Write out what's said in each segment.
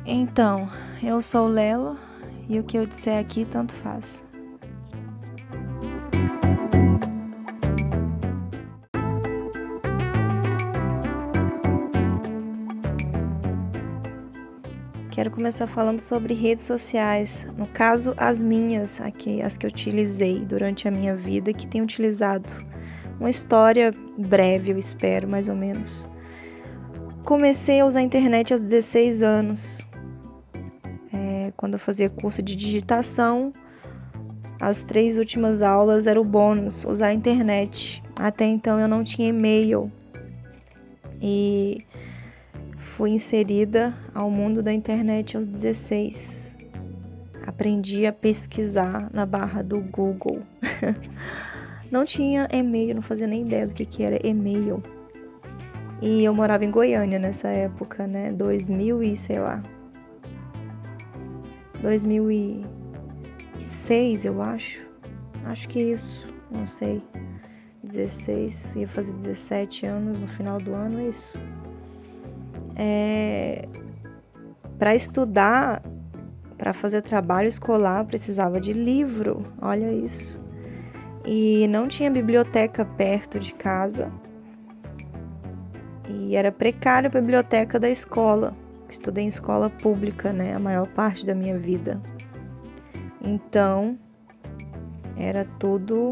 Então, eu sou o Lelo e o que eu disser aqui tanto faz. Quero começar falando sobre redes sociais, no caso as minhas, as que eu utilizei durante a minha vida, que tenho utilizado. Uma história breve, eu espero, mais ou menos. Comecei a usar a internet aos 16 anos. Quando eu fazia curso de digitação, as 3 últimas aulas era o bônus, usar a internet. Até então eu não tinha e-mail e fui inserida ao mundo da internet aos 16. Aprendi a pesquisar na barra do Google. Não tinha e-mail, não fazia nem ideia do que era e-mail. E eu morava em Goiânia nessa época, né? 2006, eu acho. Acho que isso, não sei. 16, ia fazer 17 anos no final do ano, é isso. Para estudar, para fazer trabalho escolar, precisava de livro, olha isso. E não tinha biblioteca perto de casa. E era precário a biblioteca da escola. Estudei em escola pública, né? A maior parte da minha vida. Então, era tudo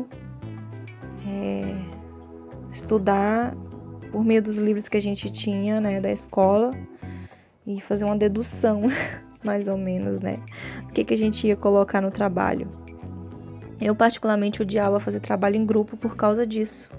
estudar por meio dos livros que a gente tinha, né? Da escola. E fazer uma dedução, mais ou menos, né? O que a gente ia colocar no trabalho. Eu particularmente odiava fazer trabalho em grupo por causa disso.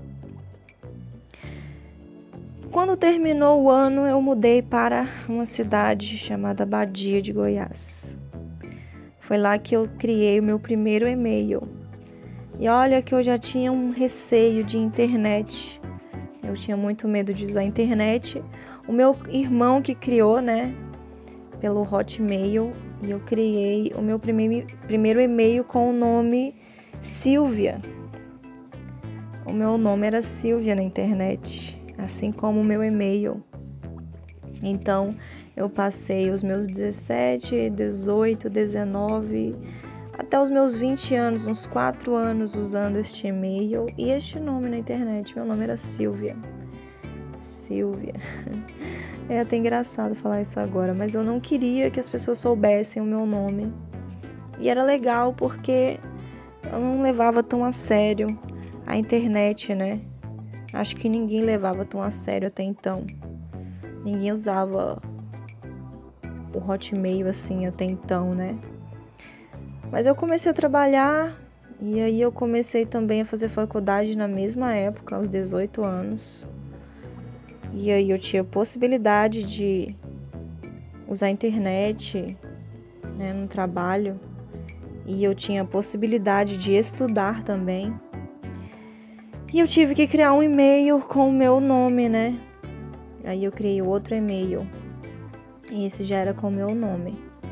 Quando terminou o ano, eu mudei para uma cidade chamada Badia de Goiás. Foi lá que eu criei o meu primeiro e-mail. E olha que eu já tinha um receio de internet. Eu tinha muito medo de usar a internet. O meu irmão que criou, né, pelo Hotmail, e eu criei o meu primeiro e-mail com o nome Silvia. O meu nome era Silvia na internet, assim como o meu e-mail. Então, eu passei os meus 17, 18, 19, até os meus 20 anos, uns 4 anos usando este e-mail e este nome na internet. Meu nome era Silvia. Silvia. É até engraçado falar isso agora, mas eu não queria que as pessoas soubessem o meu nome. E era legal porque eu não levava tão a sério a internet, né? Acho que ninguém levava tão a sério até então. Ninguém usava o Hotmail assim até então, né? Mas eu comecei a trabalhar e aí eu comecei também a fazer faculdade na mesma época, aos 18 anos. E aí eu tinha a possibilidade de usar a internet, né, no trabalho. E eu tinha a possibilidade de estudar também. E eu tive que criar um e-mail com o meu nome, né? Aí eu criei outro e-mail. E esse já era com o meu nome.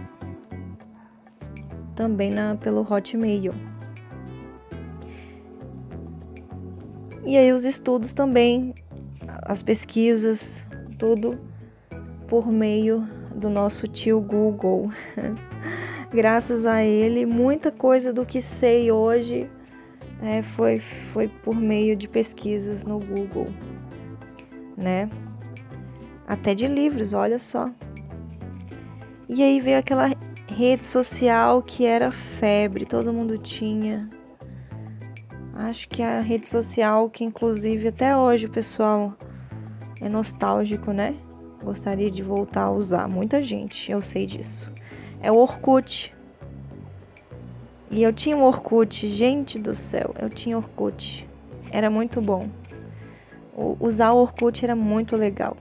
Também pelo Hotmail. E aí os estudos também, as pesquisas, tudo por meio do nosso tio Google. Graças a ele, muita coisa do que sei hoje foi por meio de pesquisas no Google, né? Até de livros, olha só. E aí veio aquela rede social que era febre, todo mundo tinha. Acho que a rede social que inclusive até hoje o pessoal é nostálgico, né? Gostaria de voltar a usar. Muita gente, eu sei disso. É o Orkut. E eu tinha um Orkut, gente do céu, eu tinha Orkut. Era muito bom. Usar o Orkut era muito legal.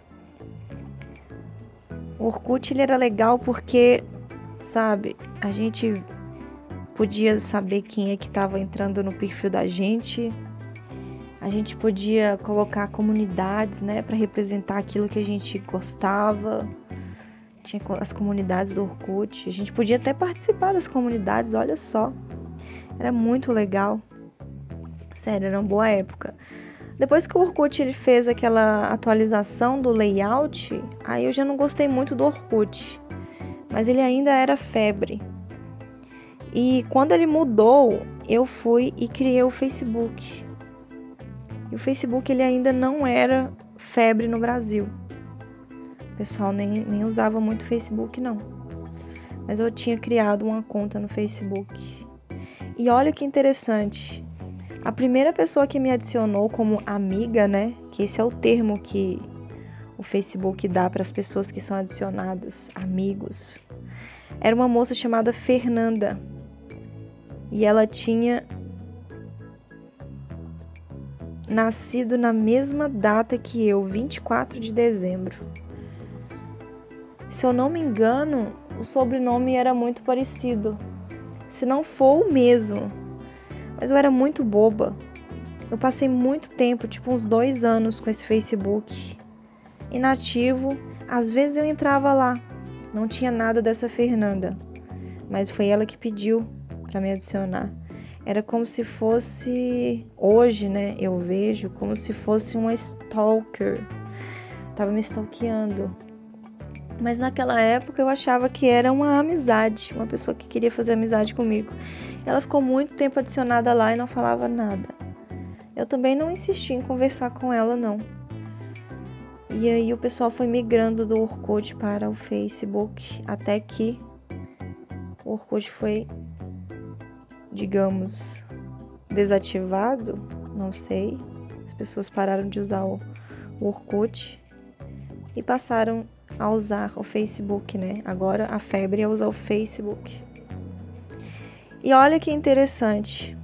O Orkut ele era legal porque, sabe, a gente podia saber quem é que estava entrando no perfil da gente. A gente podia colocar comunidades, né, para representar aquilo que a gente gostava. Tinha as comunidades do Orkut. A gente podia até participar das comunidades, olha só. Era muito legal. Sério, era uma boa época. Depois que o Orkut ele fez aquela atualização do layout, aí eu já não gostei muito do Orkut. mas ele ainda era febre. E quando ele mudou, eu fui e criei o Facebook. E o Facebook ele ainda não era febre no Brasil. O pessoal nem usava muito Facebook, não. Mas eu tinha criado uma conta no Facebook. E olha que interessante. A primeira pessoa que me adicionou como amiga, né? Que esse é o termo que o Facebook dá para as pessoas que são adicionadas, amigos. Era uma moça chamada Fernanda. E ela tinha nascido na mesma data que eu, 24 de dezembro. Se eu não me engano, o sobrenome era muito parecido. Se não for o mesmo. Mas eu era muito boba. Eu passei muito tempo, tipo uns 2 anos com esse Facebook. Inativo. Às vezes eu entrava lá. Não tinha nada dessa Fernanda. Mas foi ela que pediu para me adicionar. Era como se fosse... Hoje, né? Eu vejo como se fosse uma stalker. Tava me stalkeando. Mas naquela época eu achava que era uma amizade. Uma pessoa que queria fazer amizade comigo. Ela ficou muito tempo adicionada lá e não falava nada. Eu também não insisti em conversar com ela, não. E aí o pessoal foi migrando do Orkut para o Facebook. Até que o Orkut foi, digamos, desativado. Não sei. As pessoas pararam de usar o Orkut e passaram a usar o Facebook, né? Agora a febre é usar o Facebook. E olha que interessante.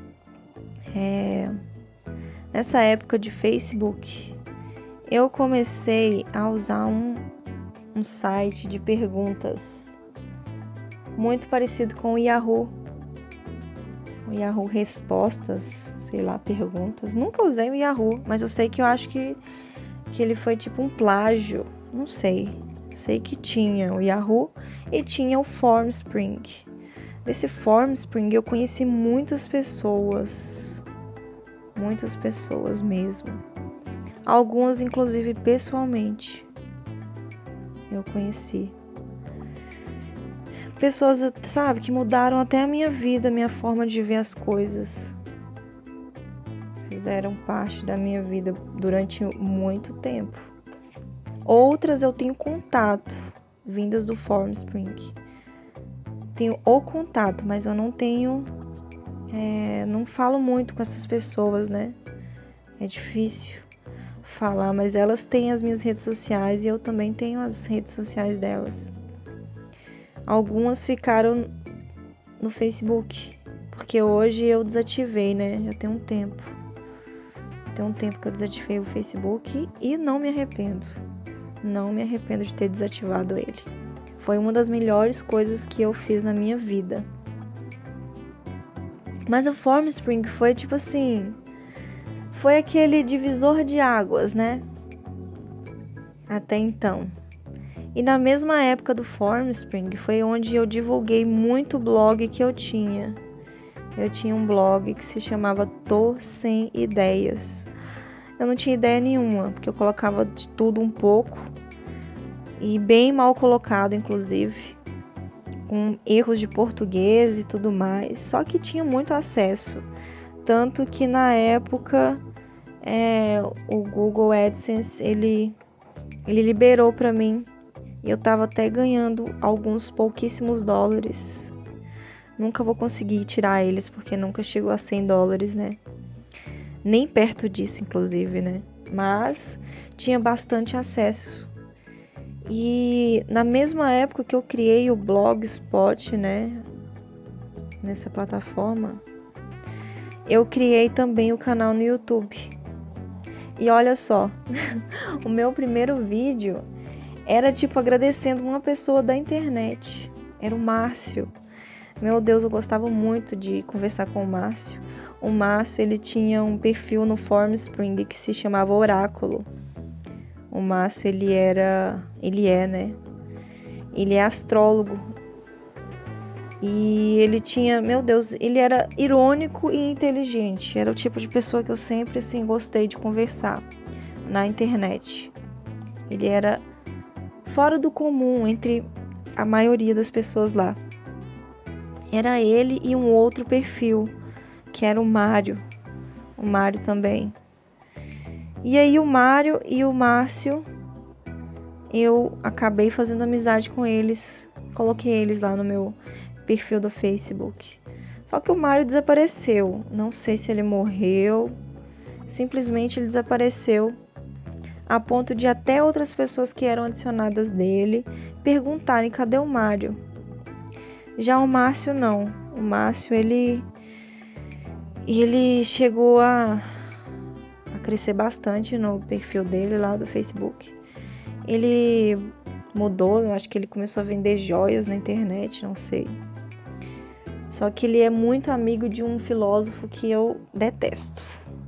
Nessa época de Facebook, eu comecei a usar um site de perguntas muito parecido com o Yahoo. O Yahoo Respostas, sei lá, perguntas. Nunca usei o Yahoo, mas eu sei que eu acho que ele foi tipo um plágio. Não sei. Sei que tinha o Yahoo e tinha o Formspring. Desse Formspring eu conheci muitas pessoas. Muitas pessoas mesmo. Algumas, inclusive, pessoalmente. Eu conheci. Pessoas, sabe, que mudaram até a minha vida, a minha forma de ver as coisas. Fizeram parte da minha vida durante muito tempo. Outras eu tenho contato, vindas do Formspring. Tenho o contato, mas eu não tenho... não falo muito com essas pessoas, né? É difícil falar, mas elas têm as minhas redes sociais e eu também tenho as redes sociais delas. Algumas ficaram no Facebook, porque hoje eu desativei, né? Já tem um tempo. Tem um tempo que eu desativei o Facebook e não me arrependo. Não me arrependo de ter desativado ele. Foi uma das melhores coisas que eu fiz na minha vida. Mas o Formspring foi tipo assim... Foi aquele divisor de águas, né? Até então. E na mesma época do Formspring foi onde eu divulguei muito blog que eu tinha. Eu tinha um blog que se chamava Tô Sem Ideias. Eu não tinha ideia nenhuma, porque eu colocava de tudo um pouco. E bem mal colocado, inclusive. Com erros de português e tudo mais. Só que tinha muito acesso. Tanto que na época o Google AdSense ele liberou para mim. E eu tava até ganhando alguns pouquíssimos dólares. Nunca vou conseguir tirar eles, porque nunca chegou a $100, né? Nem perto disso, inclusive, né? Mas tinha bastante acesso. E na mesma época que eu criei o Blogspot, né? Nessa plataforma, eu criei também o canal no YouTube. E olha só, o meu primeiro vídeo era tipo agradecendo uma pessoa da internet. Era o Márcio. Meu Deus, eu gostava muito de conversar com o Márcio. O Márcio, ele tinha um perfil no Formspring que se chamava Oráculo. O Márcio, ele é, né? Ele é astrólogo. E ele tinha, meu Deus, ele era irônico e inteligente. Era o tipo de pessoa que eu sempre, assim, gostei de conversar na internet. Ele era fora do comum, entre a maioria das pessoas lá. Era ele e um outro perfil, que era o Mário. O Mário também. E aí o Mário e o Márcio, eu acabei fazendo amizade com eles. Coloquei eles lá no meu perfil do Facebook. Só que o Mário desapareceu. Não sei se ele morreu. Simplesmente ele desapareceu. A ponto de até outras pessoas que eram adicionadas dele perguntarem cadê o Mário. Já o Márcio não. O Márcio, ele chegou a crescer bastante no perfil dele lá do Facebook. Ele mudou, eu acho que ele começou a vender joias na internet, não sei. Só que ele é muito amigo de um filósofo que eu detesto.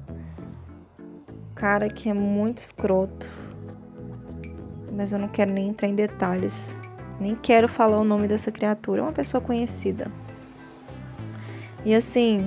Cara que é muito escroto. Mas eu não quero nem entrar em detalhes. Nem quero falar o nome dessa criatura. É uma pessoa conhecida. E assim,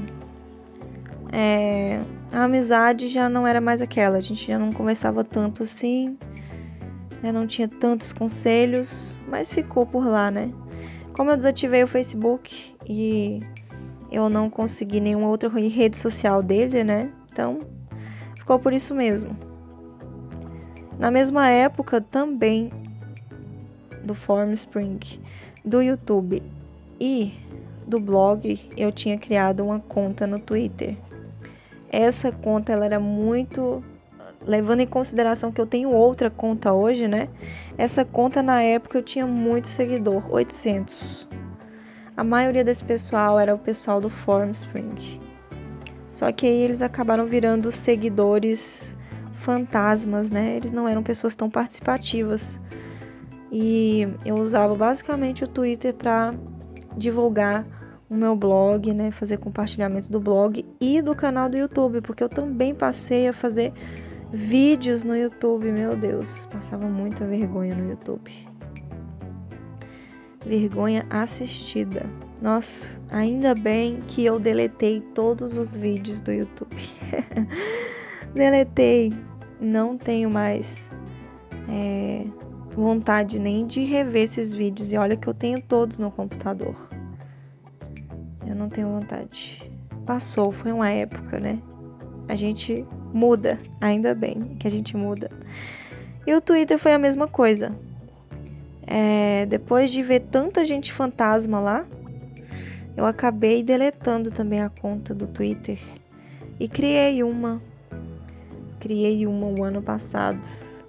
a amizade já não era mais aquela. A gente já não conversava tanto assim. Não tinha tantos conselhos. Mas ficou por lá, né? Como eu desativei o Facebook e eu não consegui nenhuma outra rede social dele, né? Então, ficou por isso mesmo. Na mesma época também do Formspring, do YouTube e do blog, eu tinha criado uma conta no Twitter. Essa conta ela era muito... Levando em consideração que eu tenho outra conta hoje, né? Essa conta na época eu tinha muito seguidor, 800. A maioria desse pessoal era o pessoal do Formspring. Só que aí eles acabaram virando seguidores fantasmas, né? Eles não eram pessoas tão participativas. E eu usava basicamente o Twitter para divulgar o meu blog, né? Fazer compartilhamento do blog e do canal do YouTube, porque eu também passei a fazer vídeos no YouTube. Meu Deus, passava muita vergonha no YouTube. Vergonha assistida. Nossa, ainda bem que eu deletei todos os vídeos do YouTube. Deletei. Não tenho mais vontade nem de rever esses vídeos. E olha que eu tenho todos no computador. Eu não tenho vontade. Passou, foi uma época, né? A gente muda. Ainda bem que a gente muda. E o Twitter foi a mesma coisa. Depois de ver tanta gente fantasma lá, eu acabei deletando também a conta do Twitter. E criei uma o ano passado.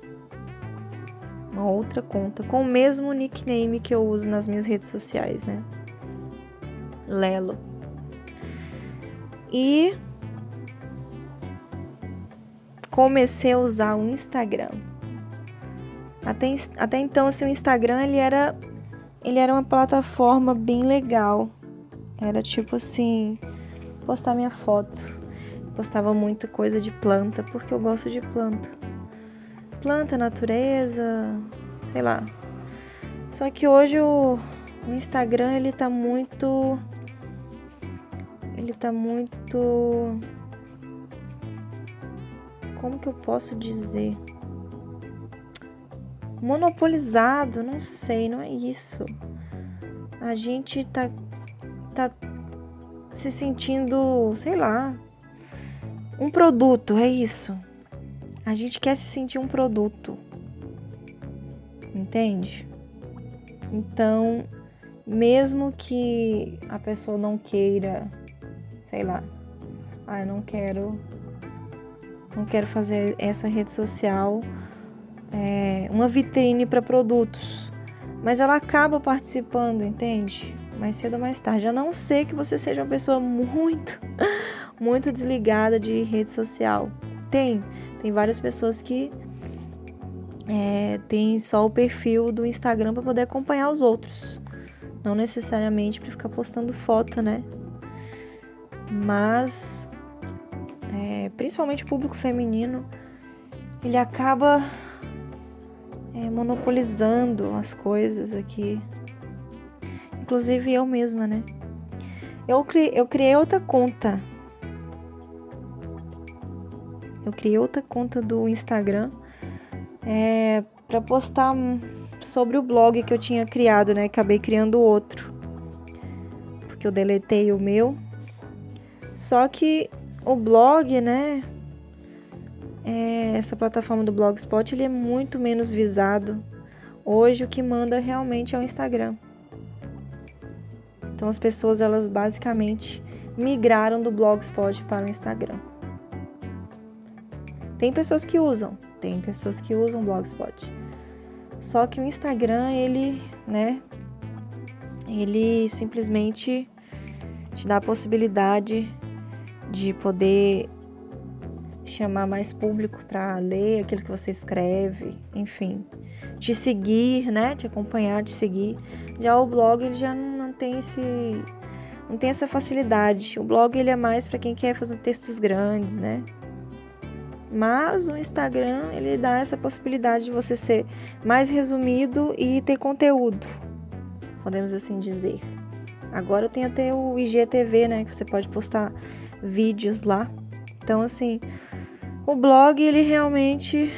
Uma outra conta com o mesmo nickname que eu uso nas minhas redes sociais, né? Lelo. E comecei a usar o Instagram. Até então, assim, o Instagram, ele era uma plataforma bem legal. Era tipo assim, postar minha foto. Postava muita coisa de planta, porque eu gosto de planta. Planta, natureza, sei lá. Só que hoje o Instagram, ele tá muito... Como que eu posso dizer? Monopolizado, não sei, não é isso. A gente tá se sentindo, sei lá, um produto, é isso. A gente quer se sentir um produto, entende? Então, mesmo que a pessoa não queira, sei lá, eu não quero fazer essa rede social uma vitrine para produtos, mas ela acaba participando, entende? Mais cedo ou mais tarde. A não ser que você seja uma pessoa muito, muito desligada de rede social. Tem várias pessoas que tem só o perfil do Instagram para poder acompanhar os outros, não necessariamente para ficar postando foto, né? Mas principalmente o público feminino, ele acaba monopolizando as coisas aqui. Inclusive eu mesma, né? Eu criei outra conta. Eu criei outra conta do Instagram pra postar sobre o blog que eu tinha criado, né? Acabei criando outro, porque eu deletei o meu. Só que o blog, né? Essa plataforma do Blogspot, ele é muito menos visado. Hoje o que manda realmente é o Instagram. Então as pessoas, elas basicamente migraram do Blogspot para o Instagram. Tem pessoas que usam o Blogspot. Só que o Instagram, ele simplesmente te dá a possibilidade de poder chamar mais público para ler aquilo que você escreve, enfim, te seguir, né? Te acompanhar, te seguir. Já o blog, ele já não tem essa facilidade. O blog, ele é mais para quem quer fazer textos grandes, né? Mas o Instagram, ele dá essa possibilidade de você ser mais resumido e ter conteúdo, podemos assim dizer. Agora tem até o IGTV, né, que você pode postar vídeos lá. Então, assim, o blog, ele realmente,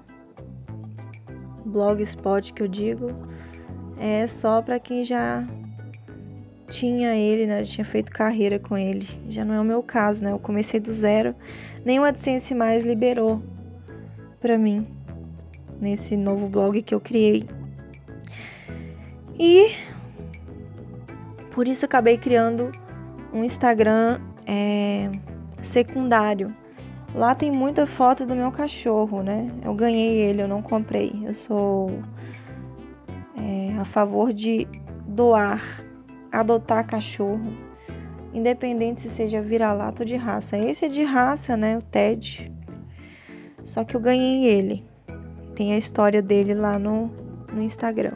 Blogspot que eu digo, é só para quem já tinha ele, né, tinha feito carreira com ele. Já não é o meu caso, né, eu comecei do zero. Nem o AdSense mais liberou para mim nesse novo blog que eu criei. E por isso eu acabei criando um Instagram secundário. Lá tem muita foto do meu cachorro, né? Eu ganhei ele, eu não comprei. Eu sou a favor de adotar cachorro, independente se seja vira-lata ou de raça. Esse é de raça, né? O Ted. Só que eu ganhei ele. Tem a história dele lá no Instagram.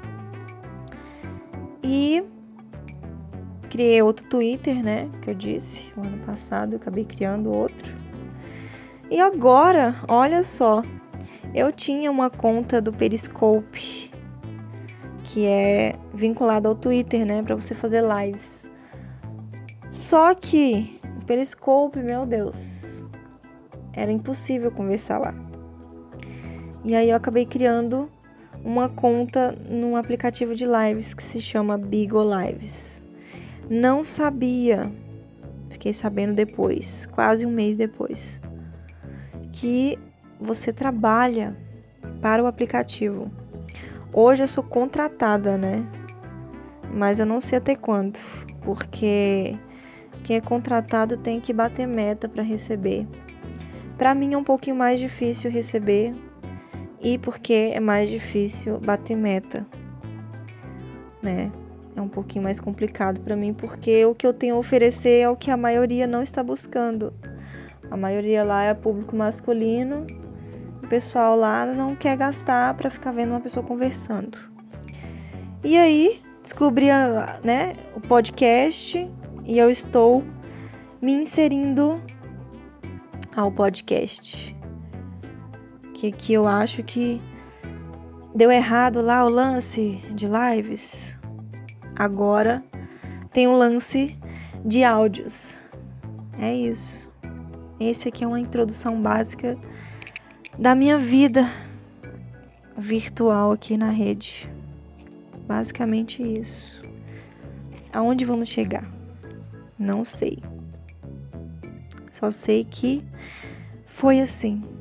E criei outro Twitter, né? Que eu disse, o ano passado eu acabei criando outro. E agora, olha só, eu tinha uma conta do Periscope, que é vinculada ao Twitter, né? Pra você fazer lives. Só que o Periscope, meu Deus, era impossível conversar lá. E aí eu acabei criando uma conta num aplicativo de lives que se chama Bigo Lives. Não sabia, fiquei sabendo depois, quase um mês depois, que você trabalha para o aplicativo. Hoje eu sou contratada, né? Mas eu não sei até quando, porque quem é contratado tem que bater meta para receber. Para mim é um pouquinho mais difícil receber, e porque é mais difícil bater meta, né? É um pouquinho mais complicado para mim, porque o que eu tenho a oferecer é o que a maioria não está buscando. A maioria lá é público masculino, o pessoal lá não quer gastar para ficar vendo uma pessoa conversando. E aí, descobri, né, o podcast, e eu estou me inserindo ao podcast. Que eu acho que deu errado lá o lance de lives. Agora tem um lance de áudios. É isso. Esse aqui é uma introdução básica da minha vida virtual aqui na rede. Basicamente isso. Aonde vamos chegar? Não sei. Só sei que foi assim.